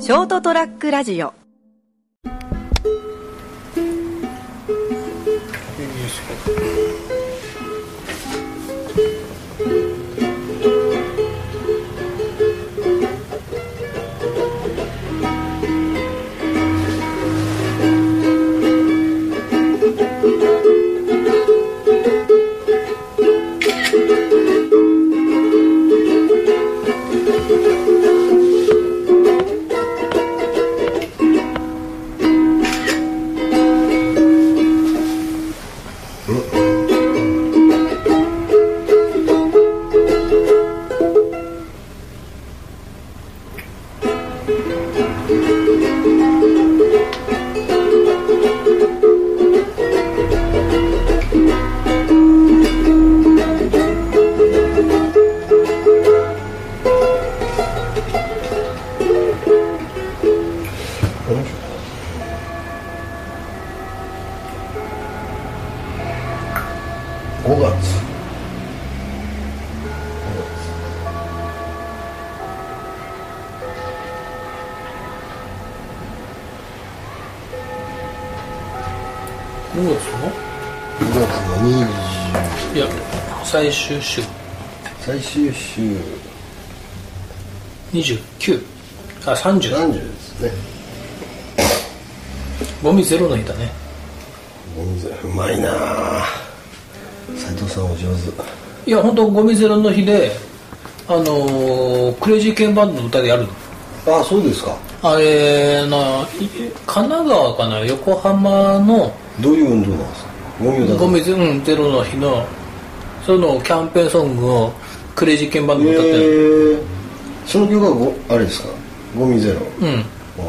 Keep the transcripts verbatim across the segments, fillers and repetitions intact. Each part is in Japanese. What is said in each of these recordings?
ショートトラックラジオ。 ごがつごがつのごがつのにじゅういや最終週最終週にじゅうきゅうあさんじゅうさんじゅうですね。 ゴミゼロの日だね。 ゴミゼロうまいな斉藤さんお上手。 いや本当ゴミゼロの日であのー、クレイジーケンバンドの歌でやるの。 ああそうですか。 あれな神奈川かな横浜のどういう運動なんですか。ゴミを出すゴミゼロ、うん、ゼロの日のそのキャンペーンソングをクレイジーケンバンドで歌ってる、 えー、その曲はごあれですかゴミゼロ。 うん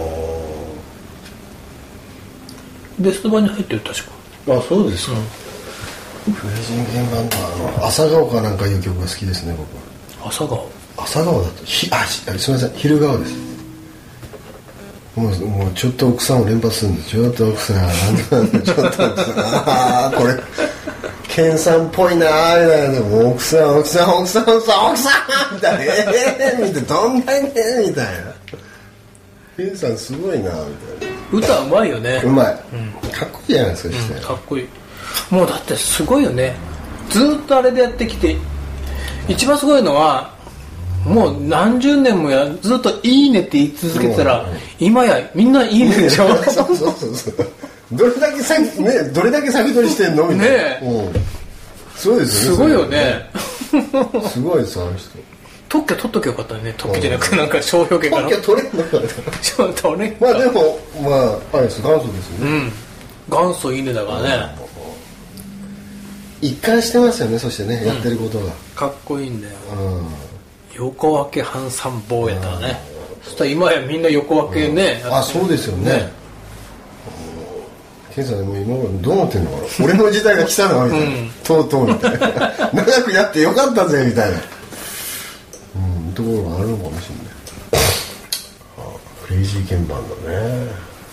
ベスト版に入ってる確か。 あそうですか、うん、クレイジーケンバンドはあの朝顔かなんかいう曲が好きですね僕は。 朝顔朝顔だとひあすみません昼顔です。もう、もうちょっと奥さんを連発するんです。ちょっと奥さんなんでちょっと奥さんああこれケンさんっぽいなーみたいな。でも奥さん奥さん奥さん奥さん奥さんみたいなええー、みたいなどんなにねみたいなケンさんすごいなみたいな。 歌うまいよね。 うまい、 うん、 かっこいいじゃないですか、 うん、かっこいい。もうだってすごいよね。ずっとあれでやってきて一番すごいのはもう何十年もやずっといいねって言い続けてたら、うん、今やみんないいねでしょそうそうそうそうどれだけ先、ね、どれだけ先取りしてんのみたいなねえ、 うん、そうですよね。 すごいよねすごいですあの人。 特許取っときゃよかったね。特許じゃなくてなんか商標権から特許取れんのかな取れんか。 まあでもまああれです元祖ですよね。 うん元祖いいねだからね。 一貫してますよね。そしてね、うん、やってることがかっこいいんだよ、 うん、 横分け半三棒やったらね。そしたら今やみんな横分けね、 うん、あそうですよね、ねケンさんもう今頃どう思ってんのかな俺の時代が来たのみたいな、うん、とうとうみたいな長くやってよかったぜみたいな、うん、ところがあるのかもしれない。クレイジーケンバンドね。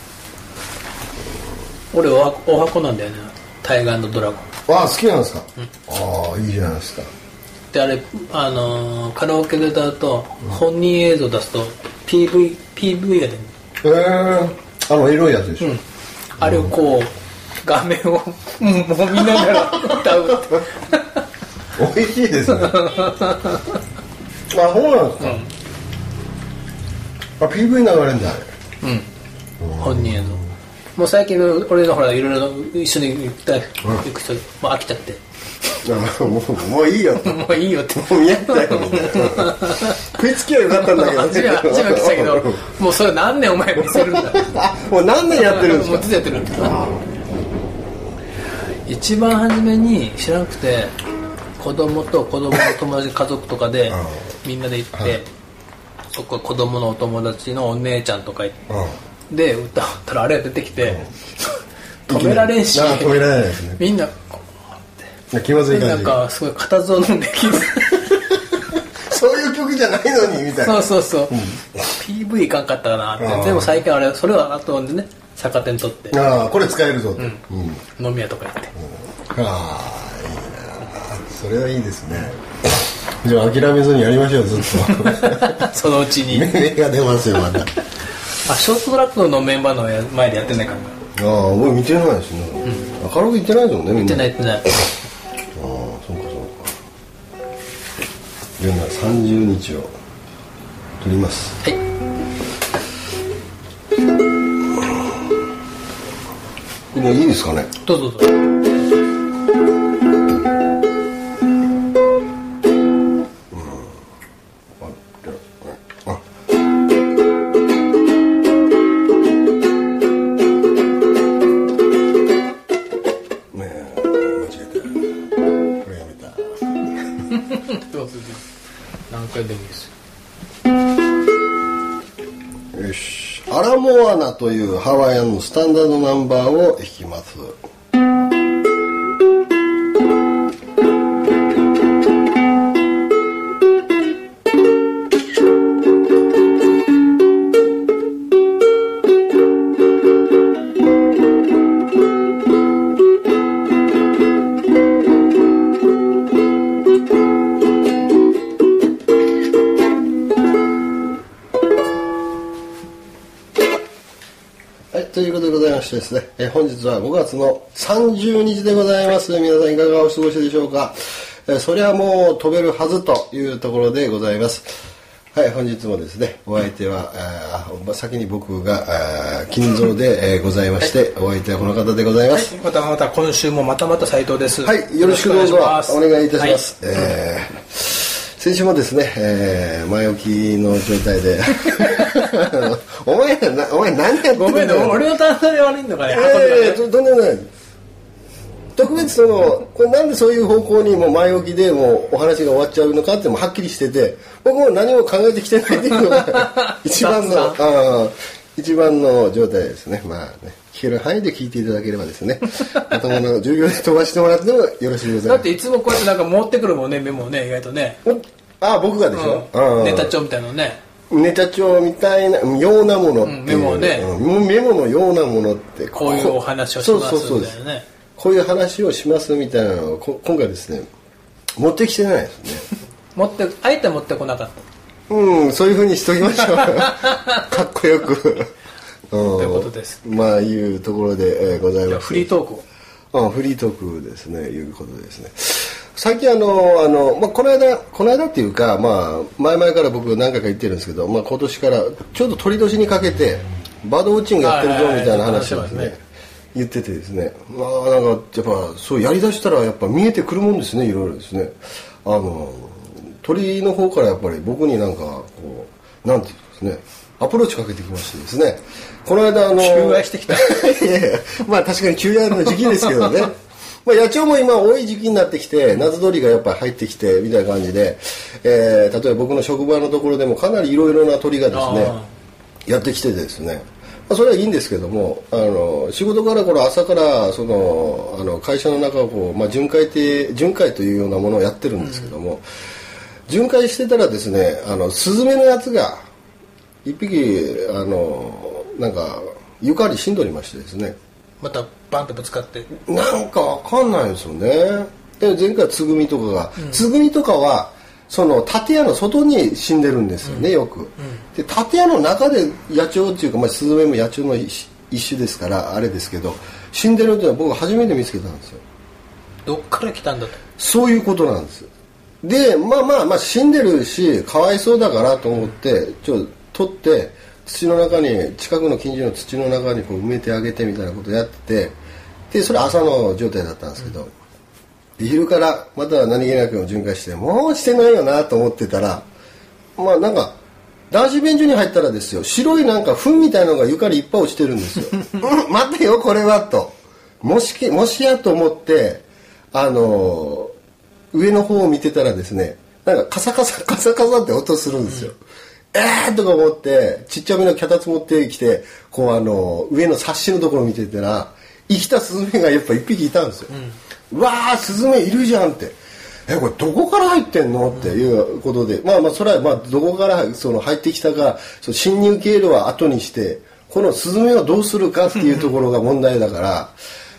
俺おお箱なんだよねタイガー&ドラゴン。 ああ好きなんですか、うん、ああいいじゃないですか。 であれ、あのー、カラオケで歌うと、うん、本人映像出すと ピーブイ, ピーブイが出る。 えー、あのエロいやつでしょ、うん、 あれをこう画面をもみながら歌うって美味しいですねあそうなんですか、うん、あ ピーブイ 流れるんだあれ。 うん本人映像もう最近の俺のほらいろいろ一緒に行った行く人、うん、もう飽きちゃってもう、もういいよもういいよってもう見合ったよ食いつきはよかったんだけどね味は来たけどもうそれ何年お前見せるんだもう何年やってるんですか。 もうずっとやってるんだ一番初めに知らなくて子供と子供の友達家族とかでみんなで行って、はい、そこは子供のお友達のお姉ちゃんとか行ってで歌ったらあれが出てきて、うん、止められんし止められないですね。 みんなこう気まずい感じなんかすごい固唾を飲んできてそういう曲じゃないのにみたいな。 そうそうそう、うん、ピーブイ いかんかったかなって。でも最近あれそれは後でね逆転取ってああこれ使えるぞと、うんうん、飲み屋とか行って、 うん、ああいいなそれはいいですね。じゃあ諦めずにやりましょうずっとそのうちに目が出ますよまたあ、ショートトラックのメンバーの前でやってないかな。ああ、俺見てないですね、うん、カラオケ行ってないですもんね、みんな。 行ってない行ってない。ああ、 そうかそうか。じゃあさんじゅうにちを取ります。 はい。 もういいですかね。 どうぞどうぞ。 何回でもいいですよ。よし、アラモアナというハワイアンのスタンダードナンバーを弾きます。ということでございましてですね、え本日はごがつのさんじゅうにちでございます。皆さんいかがお過ごしでしょうか。えそれはもう飛べるはずというところでございます。はい、本日もですね、お相手は、あ先に僕が金蔵で、えー、ございまして、お相手はこの方でございます。 はい、またまた今週もまたまた斉藤です。 はい、よろしくどうぞお願いいたします。はい、えー先週もですね、えー、前置きの状態でお前なお前何やってんの。 ごめんね、俺の担当で悪いのかね。 えー、とんでもない。特別そのこれなんでそういう方向にも前置きでもうお話が終わっちゃうのかってもはっきりしてて、僕も何も考えてきてないっていうのが一番のあ一番の状態ですね。まあね、聞ける範囲で聞いていただければですね、頭の授業で飛ばしてもらってもよろしいでございます。 だっていつもこうやってなんか持ってくるもんね、メモね、意外とね。 ああ、僕がでしょ、 うん、ネタ帳みたいなのね。 ネタ帳みたいなようなものっていう、うん、 メモね、 うん、メモのようなものってこういうお話をしますみたいなね。そうそうそうです。 こういう話をしますみたいなのをこ今回ですね持ってきてないですね。 持ってあえて持ってこなかった。 うん、そういう風にしときましょう。かっこよく。 ということです。 まあいうところで、えー、ございます。 フリートークを。うん、フリートークですね、いうことですね。最近あのあの、まあ、この間この間っていうか、まあ、前々から僕何回か言ってるんですけど、まあ、今年からちょうど鳥年にかけてバードウォッチングやってるぞみたいな話をですね言っててですね、まあなんかやっぱそうやりだしたらやっぱ見えてくるもんですね、いろいろですね。あの鳥の方からやっぱり僕になんかこうなんていうんですね、アプローチかけてきましてですね、この間あの求愛してきた。いやいや、まあ確かに求愛の時期ですけどね。まあ、野鳥も今多い時期になってきて、夏鳥がやっぱり入ってきてみたいな感じで、えー、例えば僕の職場のところでもかなりいろいろな鳥がですねやってきてですね、まあ、それはいいんですけども、あの仕事からこれ朝からそのあの会社の中をこう、まあ、巡回って巡回というようなものをやってるんですけども、うん、巡回してたらですね、あのスズメのやつが一匹あのなんか床に死んでおりましてですね、 またバンとぶつかってなんかわかんないですよね。で前回つぐみとかが、うん、つぐみとかはその建屋の外に死んでるんですよね、うん、よく、うん、で建屋の中で野鳥っていうか、まあ、スズメも野鳥の一種ですからあれですけど死んでるっていうのは僕初めて見つけたんですよ。 どっから来たんだと。 そういうことなんです。でまあまあまあ死んでるしかわいそうだからと思ってちょっと取って土の中に近くの近所の土の中にこう埋めてあげてみたいなことをやってて、でそれ朝の状態だったんですけど、うん、昼からまた何気なく巡回してもうしてないよなと思ってたら、まあなんか男子便所に入ったらですよ、白いなんか糞みたいなのが床にいっぱい落ちてるんですよ。うん、待てよこれはと、もしもしやと思ってあの上の方を見てたらですね、なんかカサカサカサカサって音するんですよ。うん、えーとか思ってちっちゃめの脚立持ってきてこうあの上のサッシのところを見てたら生きたスズメがやっぱ一匹いたんですよ。うん、うわースズメいるじゃんって、えこれどこから入ってんのっていうことで、うん、まあまあそれはまあどこからその入ってきたか、その侵入経路は後にしてこのスズメをどうするかっていうところが問題だから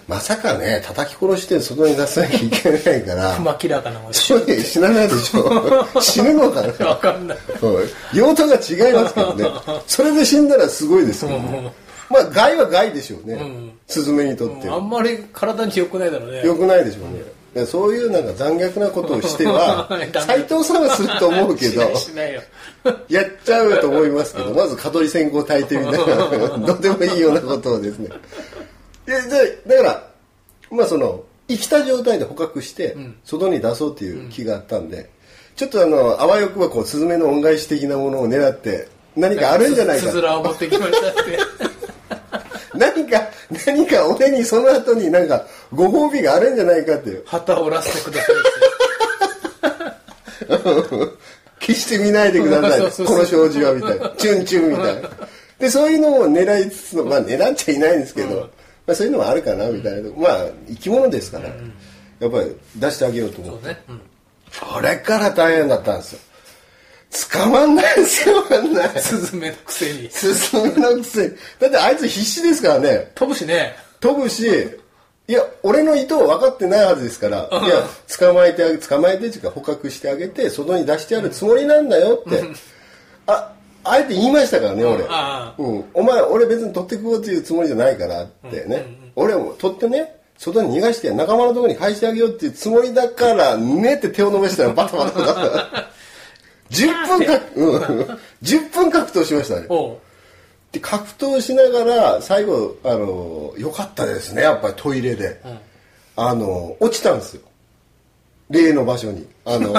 まさかね叩き殺して外に出さなきゃいけないから熊キラかなもん死なないでしょ死ぬのかな分かんない用途が違いますけどねそれで死んだらすごいですけどねまあ害は害でしょうね、うん、スズメにとって、 うん、あんまり体に良くないだろうね良くないでしょうね、うん、そういうなんか残虐なことをしては斉藤さんはすると思うけどしないしないよやっちゃうと思いますけどまず蚊取り線香焚いてみたいなどうでもいいようなことをですねでだからまあその生きた状態で捕獲して外に出そうという気があったんで、うん、ちょっとあのあわよくばこうスズメの恩返し的なものを狙って何かあるんじゃないかスズラを持ってきましたって何か何か俺にその後になんかご褒美があるんじゃないかっていう旗を折らせてくださいって決して見ないでくださいそうそうそうこの障子はみたいなチュンチュンみたいなでそういうのを狙いつつのまあ狙っちゃいないんですけど、うんまあ、そういうのもあるかなみたいな、うん、まあ生き物ですから、うん、やっぱり出してあげようと思って、ねうん、それから大変だったんですよ捕まんないですよあんなスズメのくせにスズメのくせにだってあいつ必死ですからね飛ぶしね飛ぶしいや俺の意図を分かってないはずですから、うん、いや捕まえてあげ捕まえてっていうか捕獲してあげて外に出してやるつもりなんだよって、うん、ああえて言いましたからね、俺、うんうん、お前俺別に取って食おうというつもりじゃないからってね、うんうんうん、俺も取ってね外に逃がして仲間のところに返してあげようっていうつもりだからねって手を伸ばしたらバタバタバタじゅっぷんか、うん、じゅっぷん格闘しましたねで格闘しながら最後あのよかったですねやっぱりトイレで、うん、あの落ちたんですよ例の場所にあの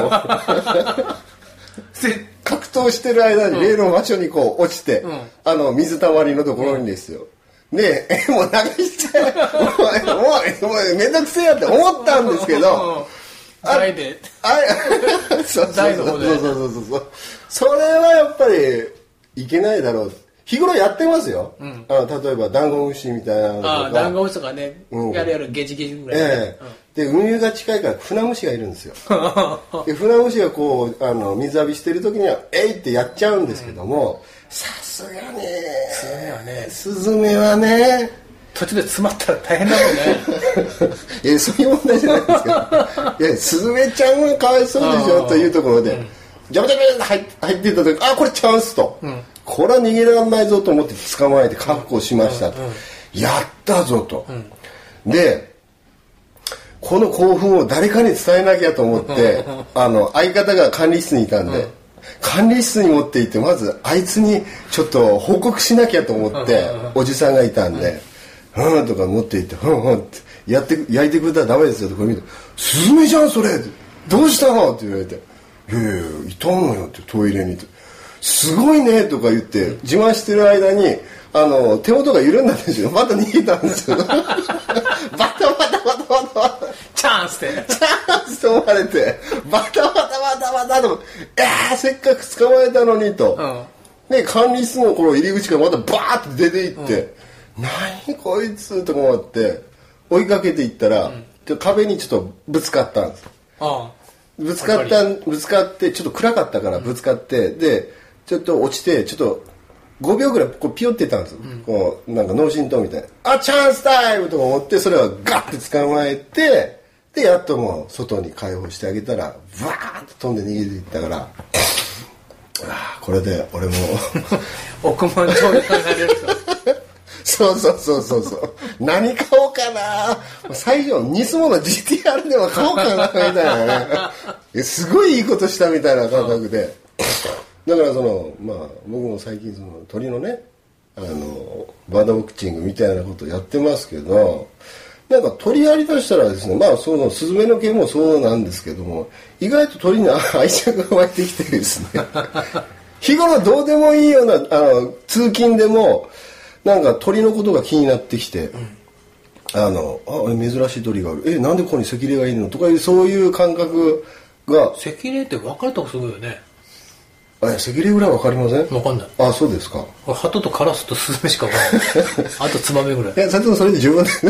格闘してる間に例の場所にこう落ちて、うん、あの水たまりのところにですよ、うん、でもう流しちゃうもうもうもうめんどくせえやって思ったんですけど台であそうそうそうそうそうそうそれはやっぱりいけないだろう日頃やってますよ、うん、あ例えばダンゴムシみたいなのとかあダンゴムシとかね、うん、やるやるゲジゲジぐらい、 ええうん、で運輸が近いから船虫がいるんですよで船虫がこうあの水浴びしてる時にはえいってやっちゃうんですけどもさすがにスズメはねスズメはね途中で詰まったら大変だもんねいやそういう問題じゃないんですけどいやスズメちゃんはかわいそうでしょというところで、うん、ジャブジャブって入, 入っていった時あこれチャンスと、うん、これは逃げられないぞと思って捕まえて確保しましたと、うんうんうん、やったぞと、うん、でこの興奮を誰かに伝えなきゃと思ってあの相方が管理室にいたんで、うん、管理室に持って行ってまずあいつにちょっと報告しなきゃと思っておじさんがいたんで「うん」とか持って行って「ふんふん」ってやって焼いてくれたらダメですよとこれ見て「スズメじゃんそれどうしたの?」って言われて「いやいやいたのよ」ってトイレにって「すごいね」とか言って自慢してる間にあの手元が緩んだんですよまた逃げたんですよバタバタバタバタバタチャンスでチャンスと思われてバタバタバタバタとえーせっかく捕まえたのにと、うん、で管理室のこの入り口からまたバーって出て行って、うん、何こいつとか思って追いかけていったら、うん、壁にちょっとぶつかったんですああぶつかったぶつかってちょっと暗かったからぶつかって、うん、でちょっと落ちてちょっとごびょうぐらいこうピヨってたんですよ、うん、こうなんか脳震盪みたいなあチャンスタイムとか思ってそれはガッて捕まえてでやっともう外に解放してあげたらバーッと飛んで逃げていったからあこれで俺も億万長者になれるとそうそうそうそうそう何買おうかな最初ニスモの ジーティーアール でも買おうかなみたいなねすごいいいことしたみたいな感覚でだからそのまあ僕も最近その鳥のねあのバードウォッチングみたいなことやってますけどなんか鳥やりだしたらですねまあそのスズメの毛もそうなんですけども意外と鳥に愛着が湧いてきてですね日頃どうでもいいようなあの通勤でもなんか鳥のことが気になってきて、うん、あのあ珍しい鳥があるえなんでここに赤霊がいるのとかいうそういう感覚が赤霊って分かるとこすごいよねあ赤霊ぐらい分かりません分かんないあそうですか鳩とカラスとスズメしか分かんないあとツバメぐらいいやそれそれで十分です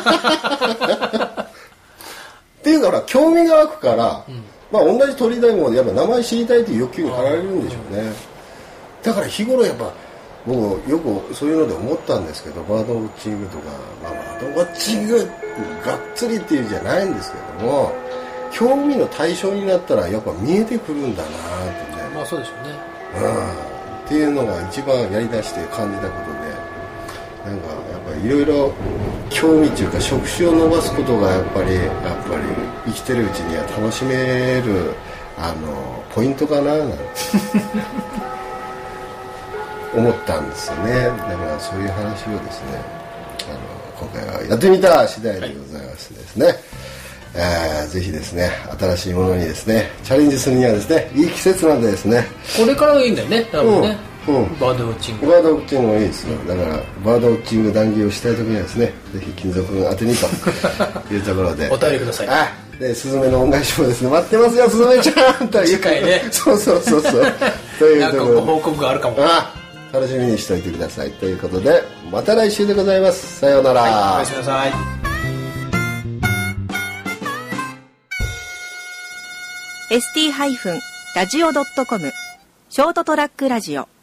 っていうから興味が湧くから、うん、まあ同じ鳥でもやっぱ名前知りたいという欲求に駆られるんでしょうね、うん、だから日頃やっぱ僕よくそういうので思ったんですけどバードウォッチングとか、まあ、バードウォッチングがっつりっていうんじゃないんですけども、興味の対象になったらやっぱ見えてくるんだなってね。 まあそうでしょうね。 うん、っていうのが一番やりだして感じたことで、なんかやっぱりいろいろ興味っていうか触手を伸ばすことがやっぱりやっぱり生きてるうちには楽しめるあのポイントかななんて思ったんですよね。だからそういう話をですね、あの今回はやってみた次第でございますですね。はい、えー、ぜひですね新しいものにですねチャレンジするにはですねいい季節なんでですね、 これからがいいんだよね多分ね、 うんうん、 バードウォッチングバードウォッチングもいいですよ。だからバードウォッチング談義をしたい時にはですねぜひ金属君宛てにというところでお便りください。 あでスズメの恩返しもですね待ってますよスズメちゃんという次回ねそうそうそうそうというところでなんかご報告があるかも。 あ楽しみにしておいてくださいということでまた来週でございます。さようなら、はい、 おやすみなさい。 エスティー ラジオ ドットコム ショートトラックラジオ